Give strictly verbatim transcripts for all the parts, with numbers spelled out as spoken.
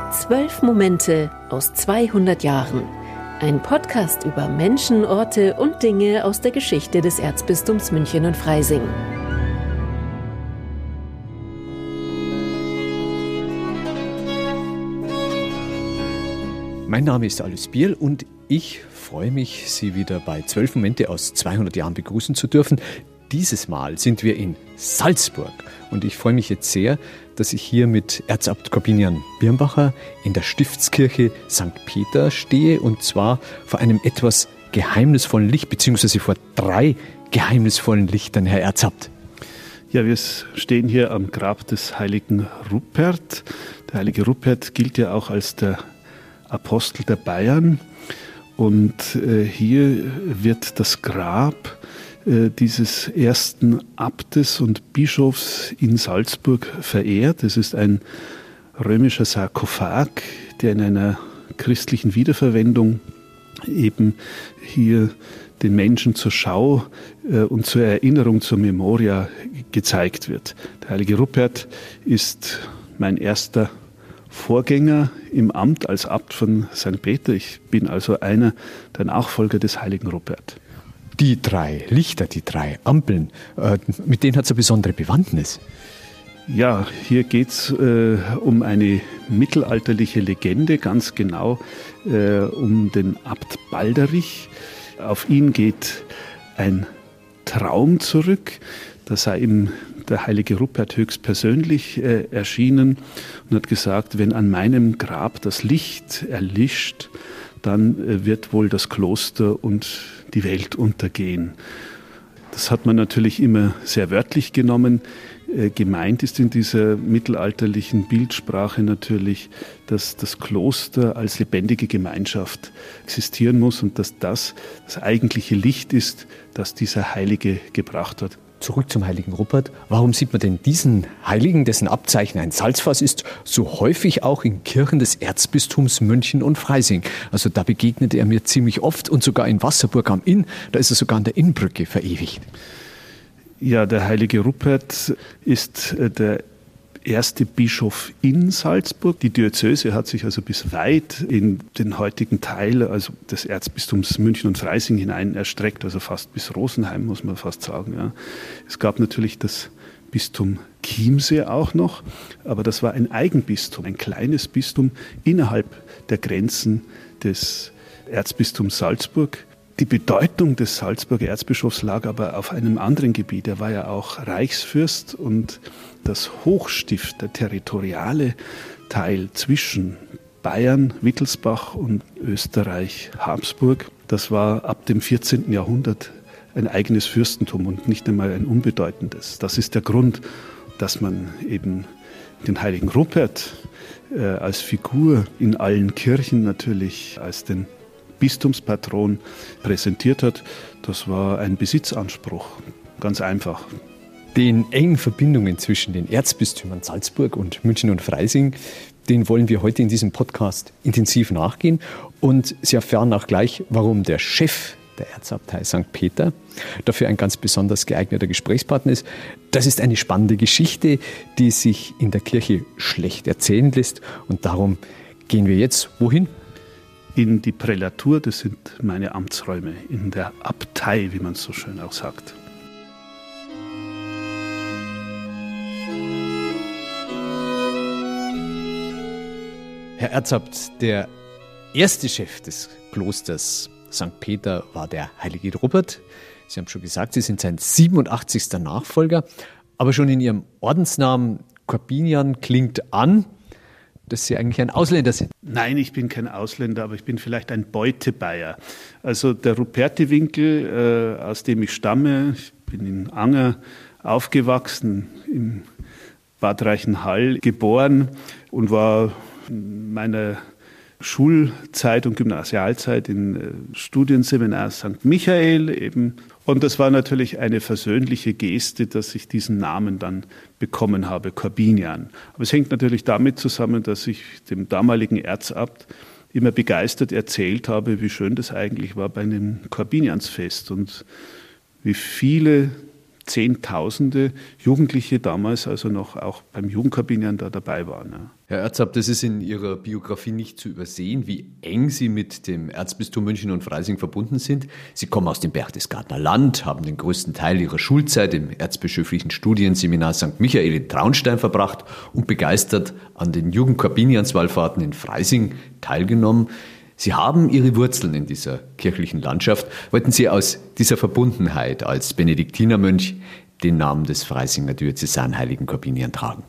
Zwölf Momente aus zweihundert Jahren. Ein Podcast über Menschen, Orte und Dinge aus der Geschichte des Erzbistums München und Freising. Mein Name ist Alois Bierl und ich freue mich, Sie wieder bei zwölf Momente aus zweihundert Jahren begrüßen zu dürfen. Dieses Mal sind wir in Salzburg und ich freue mich jetzt sehr, dass ich hier mit Erzabt Korbinian Birnbacher in der Stiftskirche Sankt Peter stehe, und zwar vor einem etwas geheimnisvollen Licht, beziehungsweise vor drei geheimnisvollen Lichtern, Herr Erzabt. Ja, wir stehen hier am Grab des heiligen Rupert. Der heilige Rupert gilt ja auch als der Apostel der Bayern, und äh, hier wird das Grab äh, dieses ersten Abtes und Bischofs in Salzburg verehrt. Es ist ein römischer Sarkophag, der in einer christlichen Wiederverwendung eben hier den Menschen zur Schau äh, und zur Erinnerung, zur Memoria gezeigt wird. Der heilige Rupert ist mein erster Vorgänger im Amt als Abt von Sankt Peter. Ich bin also einer der Nachfolger des heiligen Rupert. Die drei Lichter, die drei Ampeln, äh, mit denen hat es eine besondere Bewandtnis. Ja, hier geht es äh, um eine mittelalterliche Legende, ganz genau äh, um den Abt Balderich. Auf ihn geht ein Traum zurück. Da sei ihm der heilige Rupert höchstpersönlich äh, erschienen und hat gesagt, wenn an meinem Grab das Licht erlischt, dann äh, wird wohl das Kloster und die Welt untergehen. Das hat man natürlich immer sehr wörtlich genommen. Äh, gemeint ist in dieser mittelalterlichen Bildsprache natürlich, dass das Kloster als lebendige Gemeinschaft existieren muss und dass das das eigentliche Licht ist, das dieser Heilige gebracht hat. Zurück zum heiligen Rupert. Warum sieht man denn diesen Heiligen, dessen Abzeichen ein Salzfass ist, so häufig auch in Kirchen des Erzbistums München und Freising? Also da begegnet er mir ziemlich oft, und sogar in Wasserburg am Inn, da ist er sogar an der Innbrücke verewigt. Ja, der heilige Rupert ist der erste Bischof in Salzburg. Die Diözese hat sich also bis weit in den heutigen Teil, also des Erzbistums München und Freising hinein erstreckt, also fast bis Rosenheim, muss man fast sagen. Ja. Es gab natürlich das Bistum Chiemsee auch noch, aber das war ein Eigenbistum, ein kleines Bistum innerhalb der Grenzen des Erzbistums Salzburg. Die Bedeutung des Salzburger Erzbischofs lag aber auf einem anderen Gebiet. Er war ja auch Reichsfürst, und das Hochstift, der territoriale Teil zwischen Bayern, Wittelsbach und Österreich, Habsburg, das war ab dem vierzehnten Jahrhundert ein eigenes Fürstentum und nicht einmal ein unbedeutendes. Das ist der Grund, dass man eben den heiligen Rupert äh, als Figur in allen Kirchen natürlich als den Bistumspatron präsentiert hat. Das war ein Besitzanspruch, ganz einfach. Den engen Verbindungen zwischen den Erzbistümern Salzburg und München und Freising, den wollen wir heute in diesem Podcast intensiv nachgehen. Und Sie erfahren auch gleich, warum der Chef der Erzabtei Sankt Peter dafür ein ganz besonders geeigneter Gesprächspartner ist. Das ist eine spannende Geschichte, die sich in der Kirche schlecht erzählen lässt. Und darum gehen wir jetzt wohin? In die Prälatur, das sind meine Amtsräume, in der Abtei, wie man so schön auch sagt. Herr Erzabt, der erste Chef des Klosters Sankt Peter war der heilige Rupert. Sie haben schon gesagt, Sie sind sein siebenundachtzigster Nachfolger, aber schon in Ihrem Ordensnamen Korbinian klingt an, dass Sie eigentlich ein Ausländer sind. Nein, ich bin kein Ausländer, aber ich bin vielleicht ein Beutebayer. Also der Rupertiwinkel, äh, aus dem ich stamme, ich bin in Anger aufgewachsen, im Bad Reichenhall geboren und war in meiner Schulzeit und Gymnasialzeit in äh, Studienseminar Sankt Michael eben. Und das war natürlich eine versöhnliche Geste, dass ich diesen Namen dann bekommen habe, Korbinian. Aber es hängt natürlich damit zusammen, dass ich dem damaligen Erzabt immer begeistert erzählt habe, wie schön das eigentlich war bei einem Korbiniansfest und wie viele Zehntausende Jugendliche damals also noch auch beim Jugendkorbinian da dabei waren. Ja. Herr Erzhaupt, das ist in Ihrer Biografie nicht zu übersehen, wie eng Sie mit dem Erzbistum München und Freising verbunden sind. Sie kommen aus dem Berchtesgadener Land, haben den größten Teil Ihrer Schulzeit im erzbischöflichen Studienseminar Sankt Michael in Traunstein verbracht und begeistert an den Jugendkorbinianswallfahrten in Freising teilgenommen. Sie haben Ihre Wurzeln in dieser kirchlichen Landschaft. Wollten Sie aus dieser Verbundenheit als Benediktinermönch den Namen des Freisinger Diözesanheiligen Korbinian tragen?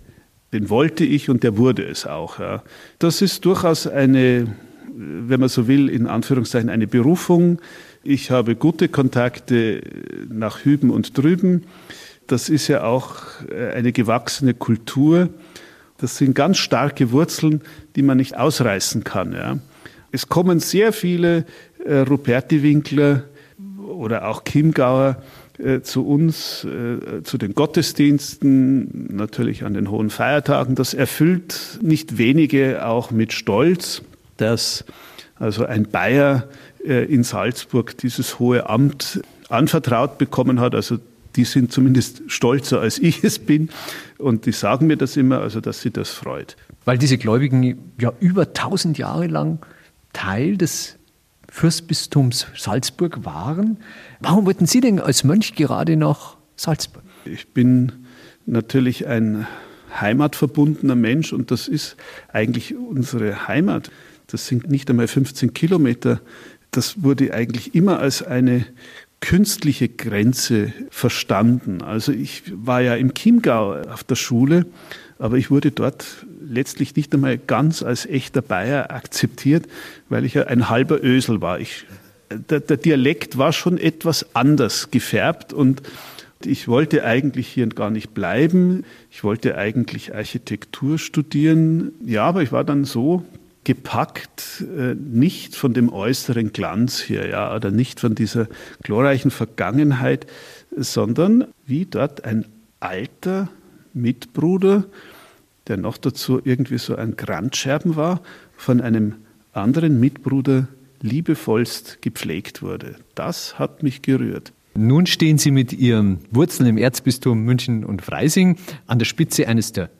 Den wollte ich und der wurde es auch. Ja. Das ist durchaus eine, wenn man so will, in Anführungszeichen eine Berufung. Ich habe gute Kontakte nach hüben und drüben. Das ist ja auch eine gewachsene Kultur. Das sind ganz starke Wurzeln, die man nicht ausreißen kann. Ja. Es kommen sehr viele äh, Ruperti-Winkler oder auch Chiemgauer äh, zu uns, äh, zu den Gottesdiensten, natürlich an den hohen Feiertagen. Das erfüllt nicht wenige auch mit Stolz, dass also ein Bayer äh, in Salzburg dieses hohe Amt anvertraut bekommen hat. Also die sind zumindest stolzer, als ich es bin. Und die sagen mir das immer, also dass sie das freut. Weil diese Gläubigen ja über tausend Jahre lang Teil des Fürstbistums Salzburg waren. Warum wollten Sie denn als Mönch gerade nach Salzburg? Ich bin natürlich ein heimatverbundener Mensch und das ist eigentlich unsere Heimat. Das sind nicht einmal fünfzehn Kilometer. Das wurde eigentlich immer als eine künstliche Grenze verstanden. Also ich war ja im Chiemgau auf der Schule, aber ich wurde dort letztlich nicht einmal ganz als echter Bayer akzeptiert, weil ich ja ein halber Ösel war. Ich, der, der Dialekt war schon etwas anders gefärbt und ich wollte eigentlich hier gar nicht bleiben. Ich wollte eigentlich Architektur studieren. Ja, aber ich war dann so gepackt, äh, nicht von dem äußeren Glanz hier, ja, oder nicht von dieser glorreichen Vergangenheit, sondern wie dort ein alter Mitbruder, der noch dazu irgendwie so ein Grandscherbem war, von einem anderen Mitbruder liebevollst gepflegt wurde. Das hat mich gerührt. Nun stehen Sie mit Ihren Wurzeln im Erzbistum München und Freising an der Spitze eines der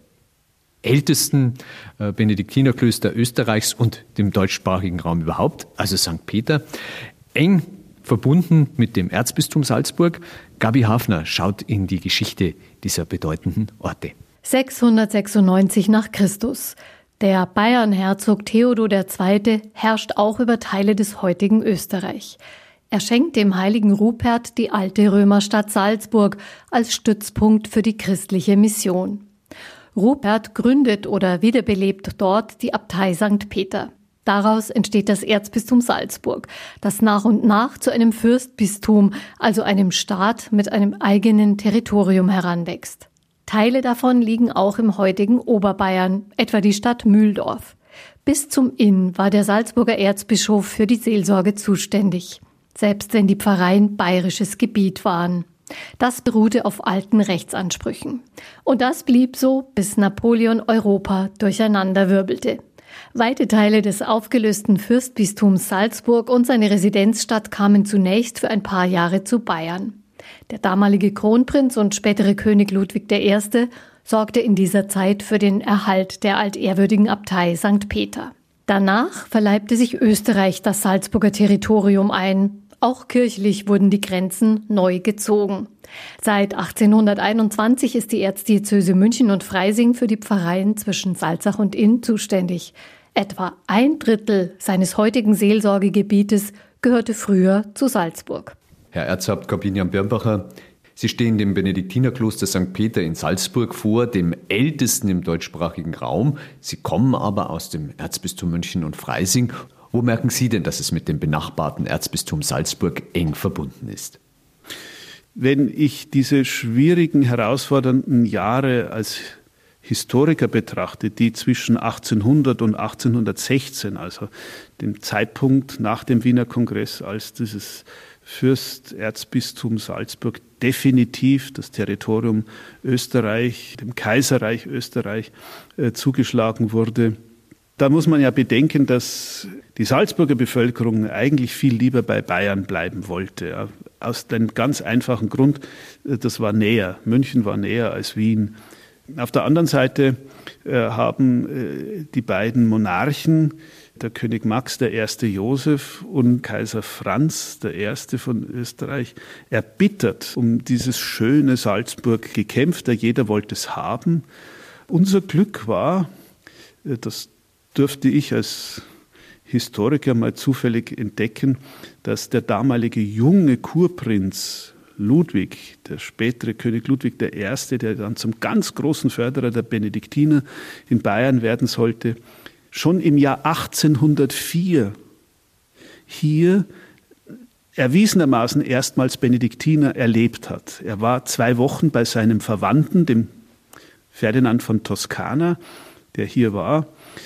ältesten äh, Benediktinerklöster Österreichs und dem deutschsprachigen Raum überhaupt, also Sankt Peter, eng verbunden mit dem Erzbistum Salzburg. Gabi Hafner schaut in die Geschichte dieser bedeutenden Orte. sechshundertsechsundneunzig nach Christus. Der Bayernherzog Theodor der Zweite herrscht auch über Teile des heutigen Österreich. Er schenkt dem heiligen Rupert die alte Römerstadt Salzburg als Stützpunkt für die christliche Mission. Rupert gründet oder wiederbelebt dort die Abtei Sankt Peter. Daraus entsteht das Erzbistum Salzburg, das nach und nach zu einem Fürstbistum, also einem Staat mit einem eigenen Territorium heranwächst. Teile davon liegen auch im heutigen Oberbayern, etwa die Stadt Mühldorf. Bis zum Inn war der Salzburger Erzbischof für die Seelsorge zuständig, selbst wenn die Pfarreien bayerisches Gebiet waren. Das beruhte auf alten Rechtsansprüchen. Und das blieb so, bis Napoleon Europa durcheinanderwirbelte. Weite Teile des aufgelösten Fürstbistums Salzburg und seine Residenzstadt kamen zunächst für ein paar Jahre zu Bayern. Der damalige Kronprinz und spätere König Ludwig der Erste sorgte in dieser Zeit für den Erhalt der altehrwürdigen Abtei Sankt Peter. Danach verleibte sich Österreich das Salzburger Territorium ein. Auch kirchlich wurden die Grenzen neu gezogen. Seit achtzehnhunderteinundzwanzig ist die Erzdiözese München und Freising für die Pfarreien zwischen Salzach und Inn zuständig. Etwa ein Drittel seines heutigen Seelsorgegebietes gehörte früher zu Salzburg. Herr Erzhaupt Korbinian Birnbacher, Sie stehen dem Benediktinerkloster Sankt Peter in Salzburg vor, dem ältesten im deutschsprachigen Raum. Sie kommen aber aus dem Erzbistum München und Freising. Wo merken Sie denn, dass es mit dem benachbarten Erzbistum Salzburg eng verbunden ist? Wenn ich diese schwierigen, herausfordernden Jahre als Historiker betrachte, die zwischen achtzehnhundert und achtzehnhundertsechzehn, also dem Zeitpunkt nach dem Wiener Kongress, als dieses Fürsterzbistum Salzburg definitiv das Territorium Österreich, dem Kaiserreich Österreich, äh, zugeschlagen wurde. Da muss man ja bedenken, dass die Salzburger Bevölkerung eigentlich viel lieber bei Bayern bleiben wollte. Ja. aus dem ganz einfachen Grund, das war näher. München war näher als Wien. Auf der anderen Seite äh, haben äh, die beiden Monarchen, der König Max der Erste Joseph und Kaiser Franz der Erste von Österreich, erbittert um dieses schöne Salzburg gekämpft. Jeder wollte es haben. Unser Glück war, äh, das dürfte ich als Historiker mal zufällig entdecken, dass der damalige junge Kurprinz Ludwig, der spätere König Ludwig der Erste, der dann zum ganz großen Förderer der Benediktiner in Bayern werden sollte, schon im Jahr achtzehnhundertvier hier erwiesenermaßen erstmals Benediktiner erlebt hat. Er war zwei Wochen bei seinem Verwandten, dem Ferdinand von Toskana, der hier war.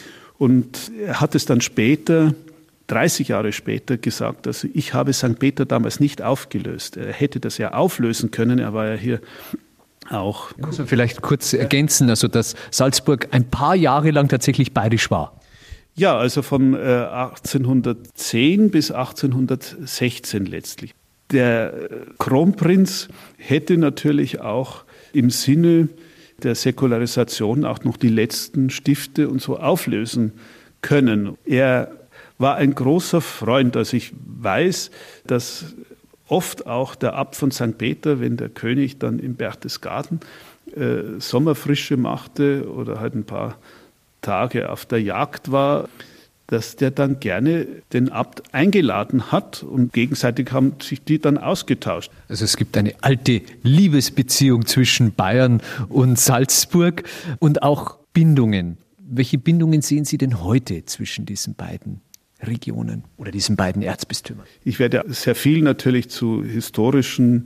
Und er hat es dann später, dreißig Jahre später, gesagt, also ich habe Sankt Peter damals nicht aufgelöst. Er hätte das ja auflösen können, er war ja hier auch. Ich muss man vielleicht kurz ergänzen, also dass Salzburg ein paar Jahre lang tatsächlich bayerisch war. Ja, also von äh, achtzehnhundertzehn bis achtzehnhundertsechzehn letztlich. Der äh, Kronprinz hätte natürlich auch im Sinne der Säkularisation auch noch die letzten Stifte und so auflösen können. Er war ein großer Freund. Also ich weiß, dass oft auch der Abt von Sankt Peter, wenn der König dann in Berchtesgaden äh, Sommerfrische machte oder halt ein paar Tage auf der Jagd war, dass der dann gerne den Abt eingeladen hat und gegenseitig haben sich die dann ausgetauscht. Also es gibt eine alte Liebesbeziehung zwischen Bayern und Salzburg und auch Bindungen. Welche Bindungen sehen Sie denn heute zwischen diesen beiden Regionen oder diesen beiden Erzbistümern? Ich werde sehr viel natürlich zu historischen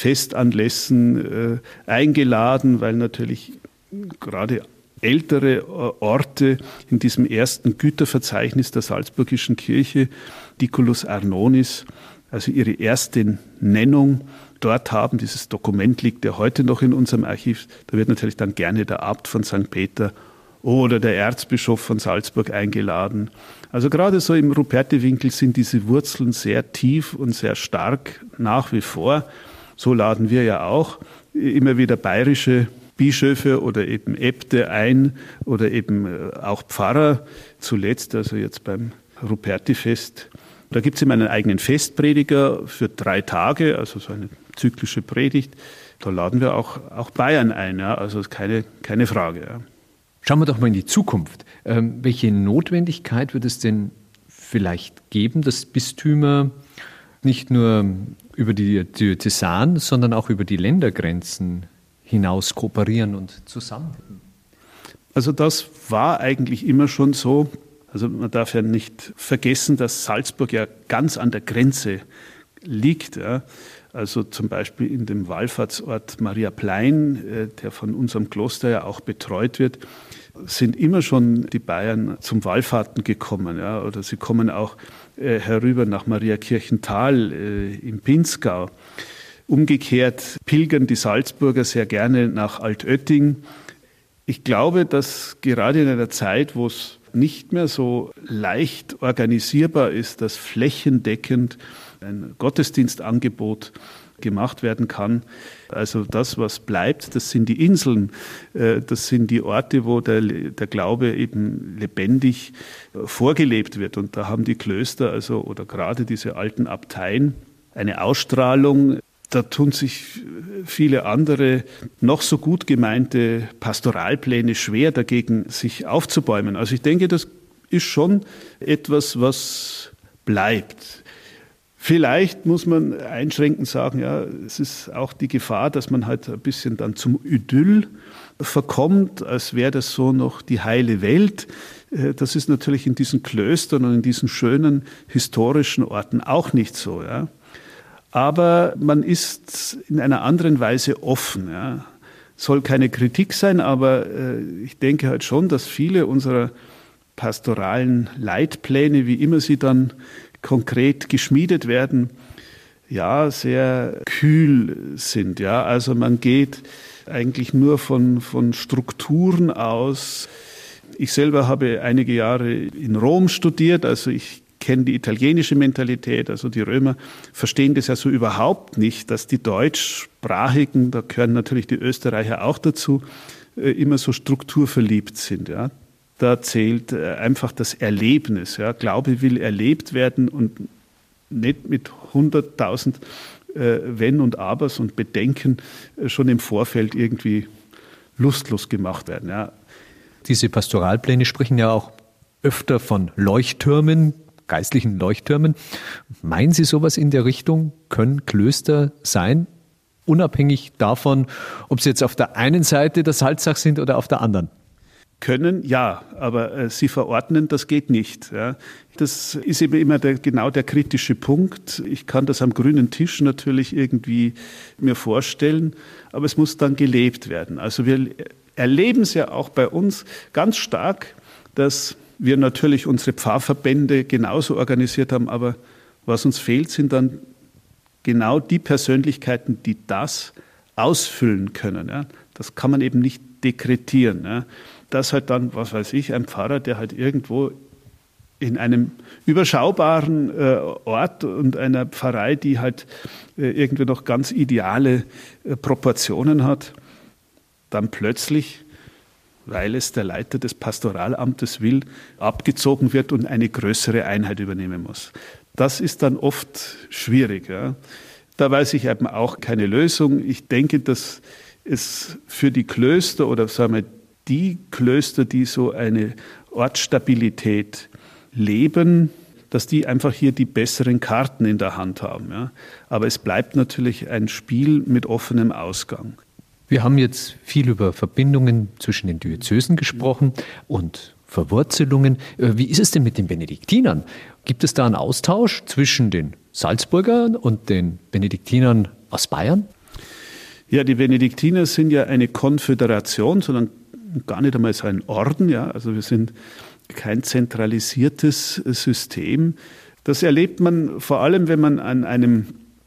Festanlässen äh, eingeladen, weil natürlich gerade ältere Orte in diesem ersten Güterverzeichnis der Salzburgischen Kirche, Diculus Arnonis, also ihre erste Nennung dort haben. Dieses Dokument liegt ja heute noch in unserem Archiv. Da wird natürlich dann gerne der Abt von Sankt Peter oder der Erzbischof von Salzburg eingeladen. Also gerade so im Rupertiwinkel sind diese Wurzeln sehr tief und sehr stark nach wie vor. So laden wir ja auch immer wieder bayerische Bischöfe oder eben Äbte ein oder eben auch Pfarrer, zuletzt also jetzt beim Rupertifest. Da gibt es immer einen eigenen Festprediger für drei Tage, also so eine zyklische Predigt. Da laden wir auch, auch Bayern ein, ja, also keine, keine Frage. Ja. Schauen wir doch mal in die Zukunft. Ähm, welche Notwendigkeit wird es denn vielleicht geben, dass Bistümer nicht nur über die Diözesan, sondern auch über die Ländergrenzen hinaus kooperieren und zusammenhalten? Also das war eigentlich immer schon so. Also man darf ja nicht vergessen, dass Salzburg ja ganz an der Grenze liegt. Ja. Also zum Beispiel in dem Wallfahrtsort Maria Plein, der von unserem Kloster ja auch betreut wird, sind immer schon die Bayern zum Wallfahrten gekommen. Ja. Oder sie kommen auch äh, herüber nach Maria Kirchenthal äh, im Pinzgau. Umgekehrt pilgern die Salzburger sehr gerne nach Altötting. Ich glaube, dass gerade in einer Zeit, wo es nicht mehr so leicht organisierbar ist, dass flächendeckend ein Gottesdienstangebot gemacht werden kann. Also das, was bleibt, das sind die Inseln, das sind die Orte, wo der, der Glaube eben lebendig vorgelebt wird. Und da haben die Klöster, also oder gerade diese alten Abteien, eine Ausstrahlung. Da tun sich viele andere noch so gut gemeinte Pastoralpläne schwer dagegen, sich aufzubäumen. Also ich denke, das ist schon etwas, was bleibt. Vielleicht muss man einschränkend sagen, ja, es ist auch die Gefahr, dass man halt ein bisschen dann zum Idyll verkommt, als wäre das so noch die heile Welt. Das ist natürlich in diesen Klöstern und in diesen schönen historischen Orten auch nicht so, ja. Aber man ist in einer anderen Weise offen. Ja. Soll keine Kritik sein, aber äh, ich denke halt schon, dass viele unserer pastoralen Leitpläne, wie immer sie dann konkret geschmiedet werden, ja, sehr kühl sind. Ja. Also man geht eigentlich nur von, von Strukturen aus. Ich selber habe einige Jahre in Rom studiert, also ich kennen die italienische Mentalität, also die Römer verstehen das ja so überhaupt nicht, dass die Deutschsprachigen, da gehören natürlich die Österreicher auch dazu, immer so strukturverliebt sind. Ja. Da zählt einfach das Erlebnis. Ja. Glaube will erlebt werden und nicht mit hunderttausend äh, Wenn und Abers und Bedenken äh, schon im Vorfeld irgendwie lustlos gemacht werden. Ja. Diese Pastoralpläne sprechen ja auch öfter von Leuchttürmen, geistlichen Leuchttürmen. Meinen Sie sowas in der Richtung? Können Klöster sein, unabhängig davon, ob sie jetzt auf der einen Seite der Salzach sind oder auf der anderen? Können, ja, aber äh, sie verordnen, das geht nicht. Ja. Das ist eben immer der, genau der kritische Punkt. Ich kann das am grünen Tisch natürlich irgendwie mir vorstellen, aber es muss dann gelebt werden. Also wir erleben es ja auch bei uns ganz stark, dass wir natürlich unsere Pfarrverbände genauso organisiert haben, aber was uns fehlt, sind dann genau die Persönlichkeiten, die das ausfüllen können. Ja. Das kann man eben nicht dekretieren. Ja. Dass halt dann, was weiß ich, ein Pfarrer, der halt irgendwo in einem überschaubaren äh, Ort und einer Pfarrei, die halt äh, irgendwie noch ganz ideale äh, Proportionen hat, dann plötzlich, weil es der Leiter des Pastoralamtes will, abgezogen wird und eine größere Einheit übernehmen muss. Das ist dann oft schwierig. Ja. Da weiß ich eben auch keine Lösung. Ich denke, dass es für die Klöster oder sagen wir die Klöster, die so eine Ortsstabilität leben, dass die einfach hier die besseren Karten in der Hand haben. Ja. Aber es bleibt natürlich ein Spiel mit offenem Ausgang. Wir haben jetzt viel über Verbindungen zwischen den Diözesen gesprochen und Verwurzelungen. Wie ist es denn mit den Benediktinern? Gibt es da einen Austausch zwischen den Salzburgern und den Benediktinern aus Bayern? Ja, die Benediktiner sind ja eine Konföderation, sondern gar nicht einmal so ein Orden. Ja. Also wir sind kein zentralisiertes System. Das erlebt man vor allem, wenn man an einem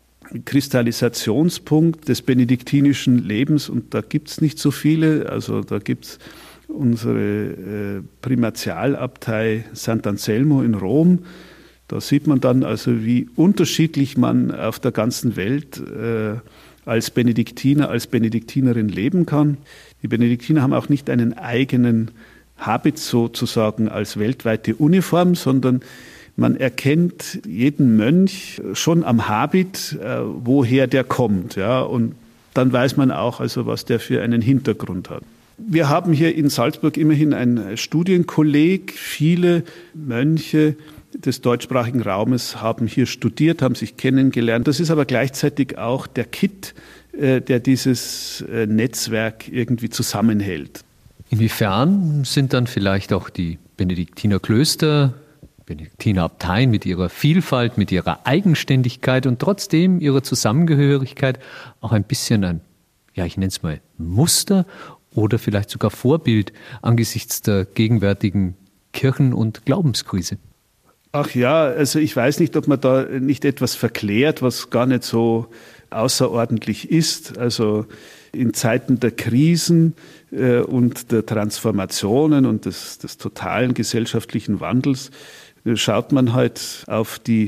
Kristallisationspunkt des benediktinischen Lebens, und da gibt es nicht so viele, also da gibt es unsere äh, Primatialabtei Sant'Anselmo in Rom. Da sieht man dann also, wie unterschiedlich man auf der ganzen Welt äh, als Benediktiner, als Benediktinerin leben kann. Die Benediktiner haben auch nicht einen eigenen Habit sozusagen als weltweite Uniform, sondern man erkennt jeden Mönch schon am Habit, äh, woher der kommt. Ja, und dann weiß man auch, also, was der für einen Hintergrund hat. Wir haben hier in Salzburg immerhin ein Studienkolleg. Viele Mönche des deutschsprachigen Raumes haben hier studiert, haben sich kennengelernt. Das ist aber gleichzeitig auch der Kitt, äh, der dieses äh, Netzwerk irgendwie zusammenhält. Inwiefern sind dann vielleicht auch die Benediktinerklöster, Benediktinerabteien mit ihrer Vielfalt, mit ihrer Eigenständigkeit und trotzdem ihrer Zusammengehörigkeit auch ein bisschen ein, ja, ich nenne es mal Muster oder vielleicht sogar Vorbild angesichts der gegenwärtigen Kirchen- und Glaubenskrise? Ach ja, also ich weiß nicht, ob man da nicht etwas verklärt, was gar nicht so außerordentlich ist. Also in Zeiten der Krisen äh, und der Transformationen und des, des totalen gesellschaftlichen Wandels äh, schaut man halt auf die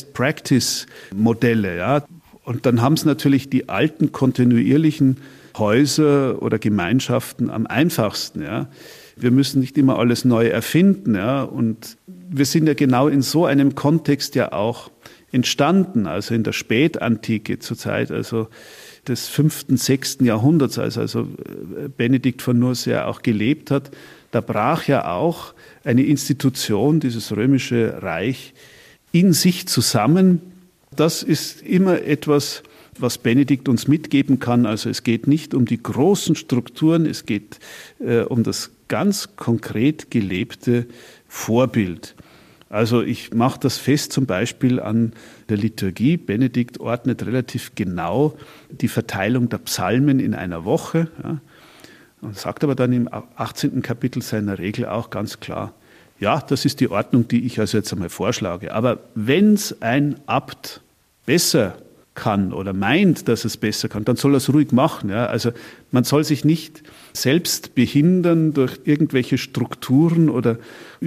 Best-Practice-Modelle. Ja? Und dann haben es natürlich die alten kontinuierlichen Häuser oder Gemeinschaften am einfachsten. Ja? Wir müssen nicht immer alles neu erfinden. Ja? Und wir sind ja genau in so einem Kontext ja auch entstanden, also in der Spätantike zur Zeit, also des fünften, sechsten Jahrhunderts, als also Benedikt von Nursia auch gelebt hat. Da brach ja auch eine Institution, dieses römische Reich, in sich zusammen. Das ist immer etwas, was Benedikt uns mitgeben kann. Also es geht nicht um die großen Strukturen, es geht äh, um das ganz konkret gelebte Vorbild. Also ich mache das fest zum Beispiel an der Liturgie. Benedikt ordnet relativ genau die Verteilung der Psalmen in einer Woche. Ja, und sagt aber dann im achtzehnten Kapitel seiner Regel auch ganz klar, ja, das ist die Ordnung, die ich also jetzt einmal vorschlage. Aber wenn es ein Abt besser kann oder meint, dass es besser kann, dann soll er es ruhig machen. Ja? Also man soll sich nicht selbst behindern durch irgendwelche Strukturen oder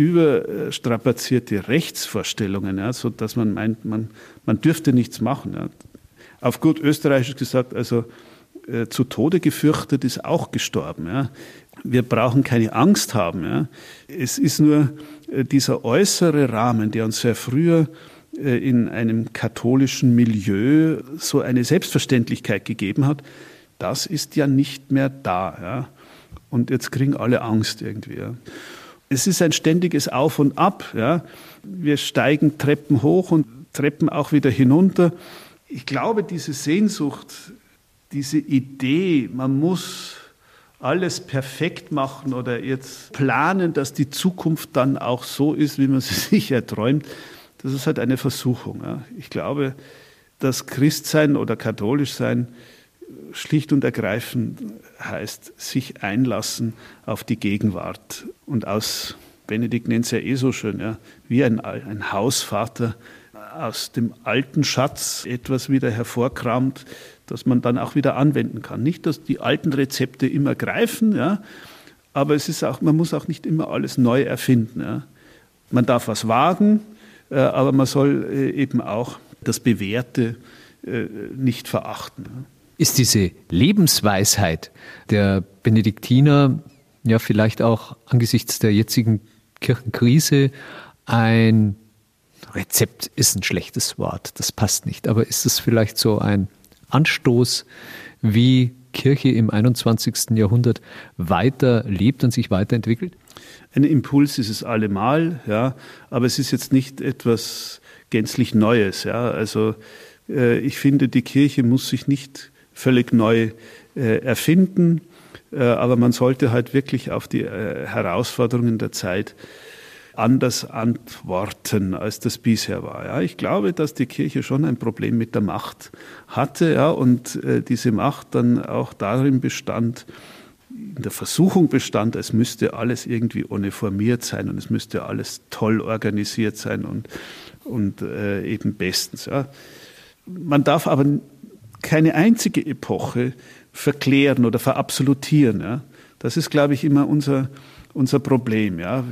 überstrapazierte Rechtsvorstellungen, ja? So dass man meint, man, man dürfte nichts machen. Ja? Auf gut österreichisch gesagt, also äh, zu Tode gefürchtet ist auch gestorben. Ja? Wir brauchen keine Angst haben. Ja? Es ist nur äh, dieser äußere Rahmen, der uns sehr früher in einem katholischen Milieu so eine Selbstverständlichkeit gegeben hat, das ist ja nicht mehr da. Ja? Und jetzt kriegen alle Angst irgendwie. Ja? Es ist ein ständiges Auf und Ab. Ja? Wir steigen Treppen hoch und Treppen auch wieder hinunter. Ich glaube, diese Sehnsucht, diese Idee, man muss alles perfekt machen oder jetzt planen, dass die Zukunft dann auch so ist, wie man sie sich erträumt, das ist halt eine Versuchung. Ja. Ich glaube, dass Christsein oder katholisch sein schlicht und ergreifend heißt, sich einlassen auf die Gegenwart. Und aus, Benedikt nennt es ja eh so schön, ja, wie ein, ein Hausvater aus dem alten Schatz etwas wieder hervorkramt, das man dann auch wieder anwenden kann. Nicht, dass die alten Rezepte immer greifen, ja, aber es ist auch, man muss auch nicht immer alles neu erfinden. Ja. Man darf was wagen, aber man soll eben auch das Bewährte nicht verachten. Ist diese Lebensweisheit der Benediktiner ja vielleicht auch angesichts der jetzigen Kirchenkrise ein Rezept ist ein schlechtes Wort, das passt nicht, aber ist es vielleicht so ein Anstoß, wie Kirche im einundzwanzigsten Jahrhundert weiter lebt und sich weiterentwickelt? Ein Impuls ist es allemal, ja, aber es ist jetzt nicht etwas gänzlich Neues. Ja. Also äh, ich finde, die Kirche muss sich nicht völlig neu äh, erfinden, äh, aber man sollte halt wirklich auf die äh, Herausforderungen der Zeit anders antworten, als das bisher war. Ja. Ich glaube, dass die Kirche schon ein Problem mit der Macht hatte, ja, und äh, diese Macht dann auch darin bestand, in der Versuchung bestand, es müsste alles irgendwie uniformiert sein und es müsste alles toll organisiert sein und, und äh, eben bestens. Ja. Man darf aber keine einzige Epoche verklären oder verabsolutieren. Ja. Das ist, glaube ich, immer unser, unser Problem. Ja.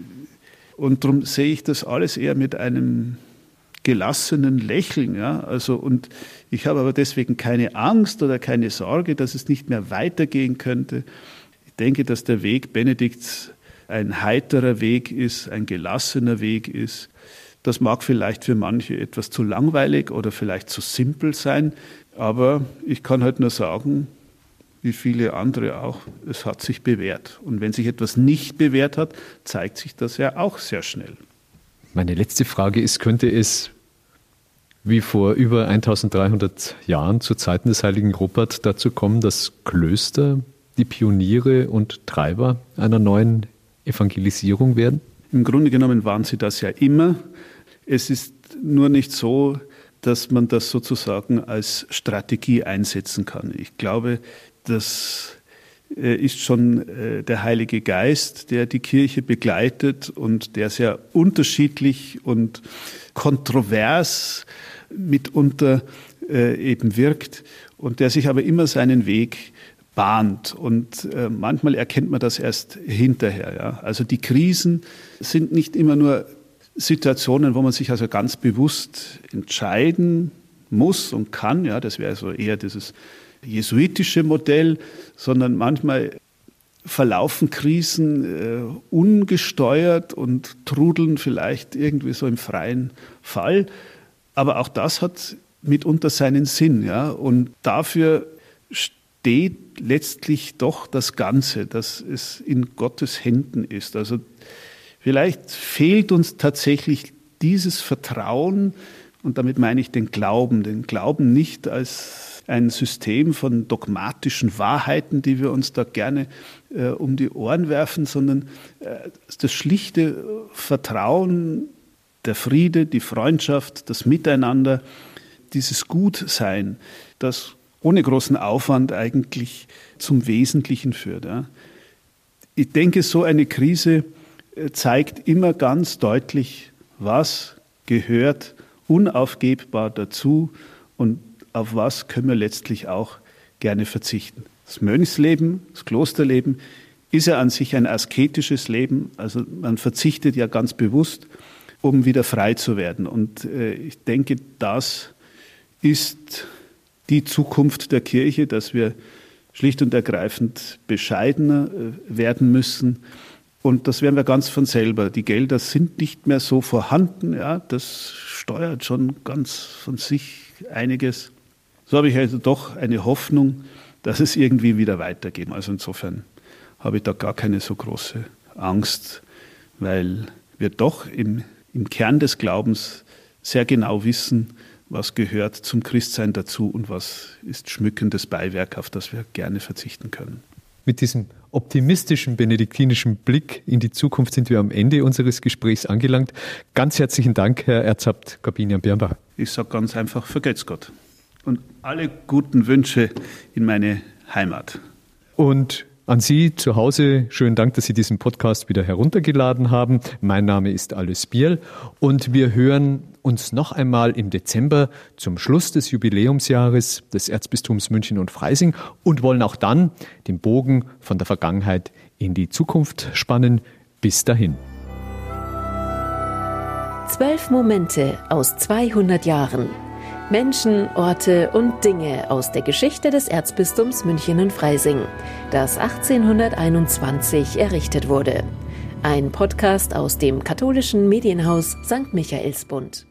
Und darum sehe ich das alles eher mit einem gelassenen Lächeln. Ja. Also, und ich habe aber deswegen keine Angst oder keine Sorge, dass es nicht mehr weitergehen könnte. Ich denke, dass der Weg Benedikts ein heiterer Weg ist, ein gelassener Weg ist. Das mag vielleicht für manche etwas zu langweilig oder vielleicht zu simpel sein, aber ich kann halt nur sagen, wie viele andere auch, es hat sich bewährt. Und wenn sich etwas nicht bewährt hat, zeigt sich das ja auch sehr schnell. Meine letzte Frage ist, könnte es wie vor über eintausenddreihundert Jahren zu Zeiten des heiligen Rupert dazu kommen, dass Klöster die Pioniere und Treiber einer neuen Evangelisierung werden? Im Grunde genommen waren sie das ja immer. Es ist nur nicht so, dass man das sozusagen als Strategie einsetzen kann. Ich glaube, das ist schon der Heilige Geist, der die Kirche begleitet und der sehr unterschiedlich und kontrovers mitunter eben wirkt und der sich aber immer seinen Weg bahnt. Und manchmal erkennt man das erst hinterher. Ja. Also die Krisen sind nicht immer nur Situationen, wo man sich also ganz bewusst entscheiden muss und kann. Ja, das wäre so eher dieses jesuitische Modell, sondern manchmal verlaufen Krisen äh, ungesteuert und trudeln vielleicht irgendwie so im freien Fall. Aber auch das hat mitunter seinen Sinn. Ja? Und dafür steht letztlich doch das Ganze, dass es in Gottes Händen ist. Also vielleicht fehlt uns tatsächlich dieses Vertrauen, und damit meine ich den Glauben, den Glauben nicht als ein System von dogmatischen Wahrheiten, die wir uns da gerne äh, um die Ohren werfen, sondern äh, das schlichte Vertrauen, der Friede, die Freundschaft, das Miteinander, dieses Gutsein, das ohne großen Aufwand eigentlich zum Wesentlichen führt. Ja. Ich denke, so eine Krise zeigt immer ganz deutlich, was gehört unaufgebbar dazu und auf was können wir letztlich auch gerne verzichten. Das Mönchsleben, das Klosterleben ist ja an sich ein asketisches Leben. Also man verzichtet ja ganz bewusst, um wieder frei zu werden. Und äh, ich denke, das ist die Zukunft der Kirche, dass wir schlicht und ergreifend bescheidener äh, werden müssen. Und das werden wir ganz von selber. Die Gelder sind nicht mehr so vorhanden. Ja, das steuert schon ganz von sich einiges. So habe ich also doch eine Hoffnung, dass es irgendwie wieder weitergeht. Also insofern habe ich da gar keine so große Angst, weil wir doch im, im Kern des Glaubens sehr genau wissen, was gehört zum Christsein dazu und was ist schmückendes Beiwerk, auf das wir gerne verzichten können. Mit diesem optimistischen benediktinischen Blick in die Zukunft sind wir am Ende unseres Gesprächs angelangt. Ganz herzlichen Dank, Herr Erzabt Gabinian Birnbach. Ich sage ganz einfach, vergelt's Gott. Und alle guten Wünsche in meine Heimat. Und an Sie zu Hause, schönen Dank, dass Sie diesen Podcast wieder heruntergeladen haben. Mein Name ist Alois Bierl und wir hören uns noch einmal im Dezember zum Schluss des Jubiläumsjahres des Erzbistums München und Freising und wollen auch dann den Bogen von der Vergangenheit in die Zukunft spannen. Bis dahin. Zwölf Momente aus zweihundert Jahren. Menschen, Orte und Dinge aus der Geschichte des Erzbistums München und Freising, das achtzehnhunderteinundzwanzig errichtet wurde. Ein Podcast aus dem katholischen Medienhaus Sankt Michaelsbund.